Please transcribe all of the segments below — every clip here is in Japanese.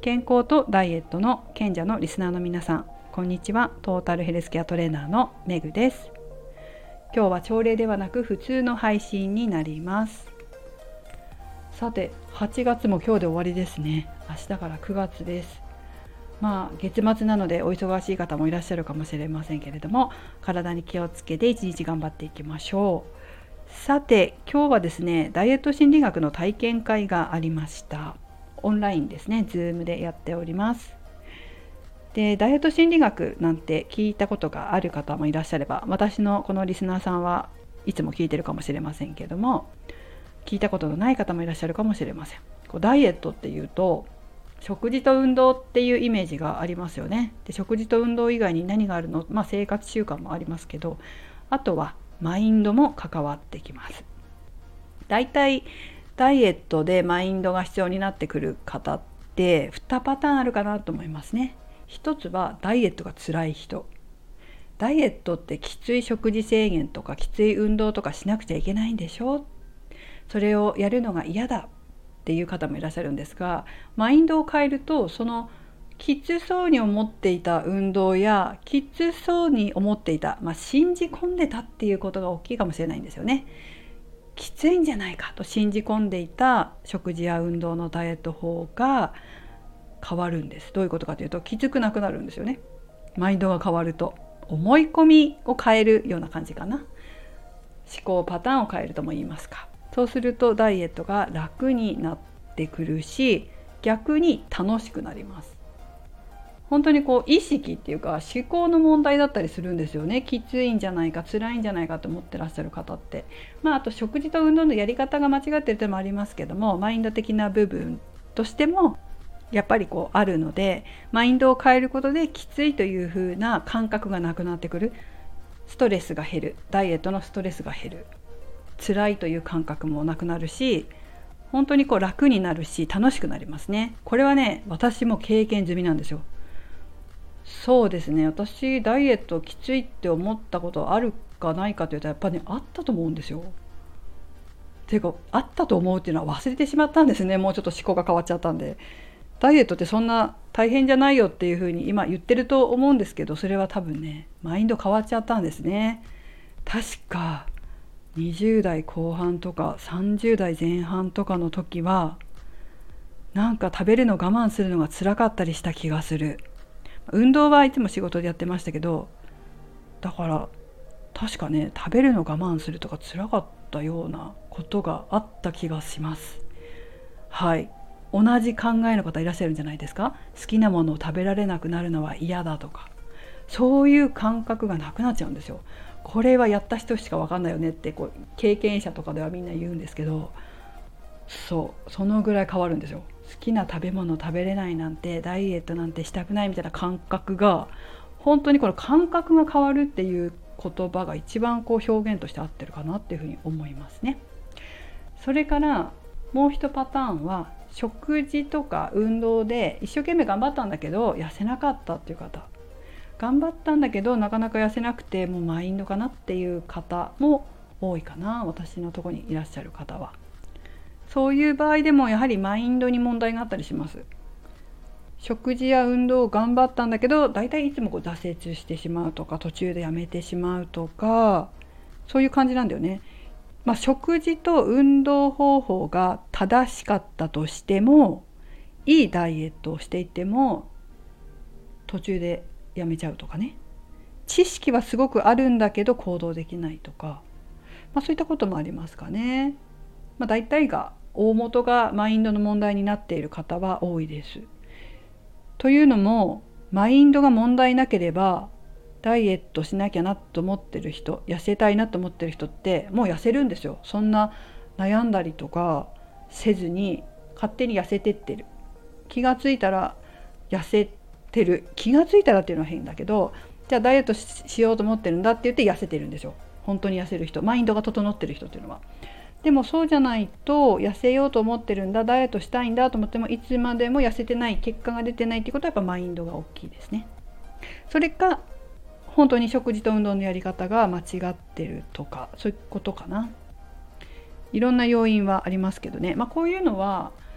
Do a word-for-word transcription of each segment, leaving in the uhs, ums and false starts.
健康とダイエットの賢者のリスナーの皆さん、こんにちは。トータルヘルスケアトレーナーのメグです。今日は朝礼ではなく普通の配信になります。さて、はちがつも今日で終わりですね。明日からくがつです。まあ月末なのでお忙しい方もいらっしゃるかもしれませんけれども、体に気をつけて一日頑張っていきましょう。さて、今日はですね、ダイエット心理学の体験会がありました。オンラインですね、Zoom でやっております。で、ダイエット心理学なんて聞いたことがある方もいらっしゃれば、私のこのリスナーさんはいつも聞いてるかもしれませんけども、聞いたことのない方もいらっしゃるかもしれません。こうダイエットっていうと食事と運動っていうイメージがありますよね。で、食事と運動以外に何があるの、まあ、生活習慣もありますけど、あとはマインドも関わってきます。だいたいダイエットでマインドが必要になってくる方ってにパターンあるかなと思いますね。一つはダイエットが辛い人。ダイエットってきつい食事制限とかきつい運動とかしなくちゃいけないんでしょ、それをやるのが嫌だっていう方もいらっしゃるんですが、マインドを変えると、そのきつそうに思っていた運動やきつそうに思っていた、まあ、信じ込んでたっていうことが大きいかもしれないんですよね。きついんじゃないかと信じ込んでいた食事や運動のダイエット法が変わるんです。どういうことかというと、きつくなくなるんですよね。マインドが変わると、思い込みを変えるような感じかな。思考パターンを変えるとも言いますか。そうするとダイエットが楽になってくるし、逆に楽しくなります。本当にこう意識っていうか思考の問題だったりするんですよね。きついんじゃないか、辛いんじゃないかと思ってらっしゃる方って、まあ、あと食事と運動のやり方が間違ってる点もありますけども、マインド的な部分としてもやっぱりこうあるので、マインドを変えることできついという風な感覚がなくなってくる。ストレスが減る。ダイエットのストレスが減る。辛いという感覚もなくなるし、本当にこう楽になるし楽しくなりますね。これはね、私も経験済みなんですよ。そうですね、私ダイエットきついって思ったことあるかないかというと、やっぱり、ね、あったと思うんですよ。ていうか、あったと思うっていうのは忘れてしまったんですね。もうちょっと思考が変わっちゃったんで。ダイエットってそんな大変じゃないよっていうふうに今言ってると思うんですけど、それは多分ね、マインド変わっちゃったんですね。確かにじゅう代後半とかさんじゅう代前半とかの時は、なんか食べるの我慢するのが辛かったりした気がする。運動はいつも仕事でやってましたけど、だから確かね、食べるの我慢するとか辛かったようなことがあった気がします。はい、同じ考えの方いらっしゃるんじゃないですか。好きなものを食べられなくなるのは嫌だとか、そういう感覚がなくなっちゃうんですよ。これはやった人しか分かんないよねってこう経験者とかではみんな言うんですけど、そうそのぐらい変わるんですよ。好きな食べ物食べれないなんて、ダイエットなんてしたくないみたいな感覚が、本当にこの感覚が変わるっていう言葉が一番こう表現として合ってるかなっていうふうに思いますね。それからもう一パターンは、食事とか運動で一生懸命頑張ったんだけど痩せなかったっていう方、頑張ったんだけどなかなか痩せなくて、もうマインドかなっていう方も多いかな。私のところにいらっしゃる方は。そういう場合でもやはりマインドに問題があったりします。食事や運動を頑張ったんだけど、だいたいいつもこう挫折してしまうとか、途中でやめてしまうとか、そういう感じなんだよね。まあ、食事と運動方法が正しかったとしても、いいダイエットをしていても途中でやめちゃうとかね。知識はすごくあるんだけど行動できないとか、まあ、そういったこともありますかね。まあ、大体が大元がマインドの問題になっている方は多いです。というのも、マインドが問題なければダイエットしなきゃなと思ってる人、痩せたいなと思ってる人ってもう痩せるんですよ。そんな悩んだりとかせずに勝手に痩せてってる。気がついたら痩せてる。気がついたらっていうのは変だけど、じゃあダイエット し, しようと思ってるんだって言って痩せてるんですよ。本当に痩せる人、マインドが整ってる人っていうのは。でもそうじゃないと、痩せようと思ってるんだ、ダイエットしたいんだと思ってもいつまでも痩せてない、結果が出てないっていうことはやっぱマインドが大きいですね。それか本当に食事と運動のやり方が間違ってるとか、そういうことかな。いろんな要因はありますけどね、まあ、こういうのは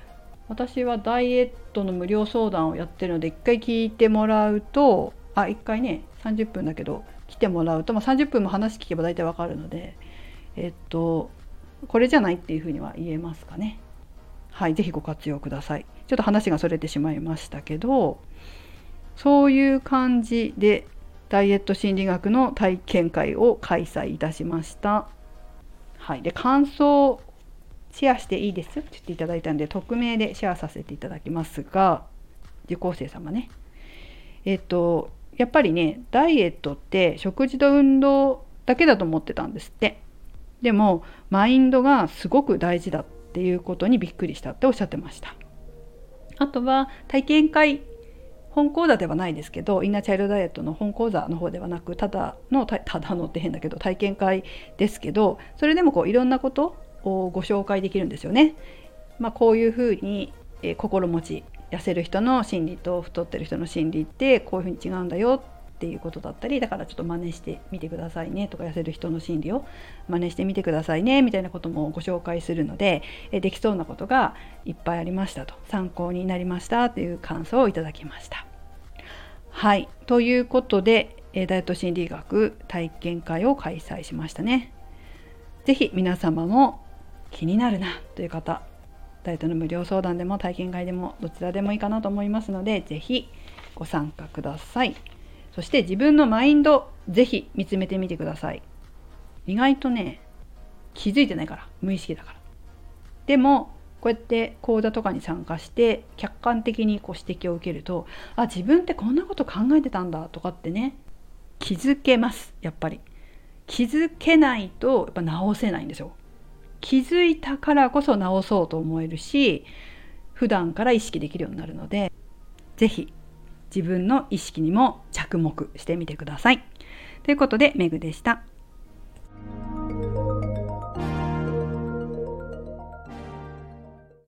私はダイエットの無料相談をやってるので、一回聞いてもらうと、あ一回ねさんじゅっぷんだけど来てもらうと、まあ、さんじゅっぷんも話聞けば大体わかるので、えっとこれじゃないっていうふうには言えますかね。はい、ぜひご活用ください。ちょっと話がそれてしまいましたけど、そういう感じでダイエット心理学の体験会を開催いたしました。はい、で感想シェアしていいですって言っていただいたんで、匿名でシェアさせていただきますが、受講生様ね、えっとやっぱりねダイエットって食事と運動だけだと思ってたんですって。でもマインドがすごく大事だっていうことにびっくりしたっておっしゃってました。あとは体験会、本講座ではないですけど、インナーチャイルドダイエットの本講座の方ではなく、ただのただのって変だけど体験会ですけど、それでもこういろんなことをご紹介できるんですよね。まあ、こういうふうに、えー、心持ち、痩せる人の心理と太ってる人の心理ってこういうふうに違うんだよっていうことだったり、だからちょっと真似してみてくださいねとか、痩せる人の心理を真似してみてくださいねみたいなこともご紹介するので、えできそうなことがいっぱいありましたと、参考になりましたという感想をいただきました。はい、ということでダイエット心理学体験会を開催しましたね。ぜひ皆様も気になるなという方、ダイエットの無料相談でも体験会でもどちらでもいいかなと思いますので、ぜひご参加ください。そして自分のマインド、ぜひ見つめてみてください。意外とね気づいてないから、無意識だから。でもこうやって講座とかに参加して客観的にこう指摘を受けると、あ自分ってこんなこと考えてたんだとかってね気づけます。やっぱり気づけないとやっぱ直せないんですよ。気づいたからこそ直そうと思えるし、普段から意識できるようになるので、ぜひ自分の意識にも着目してみてください。ということで、めぐでした。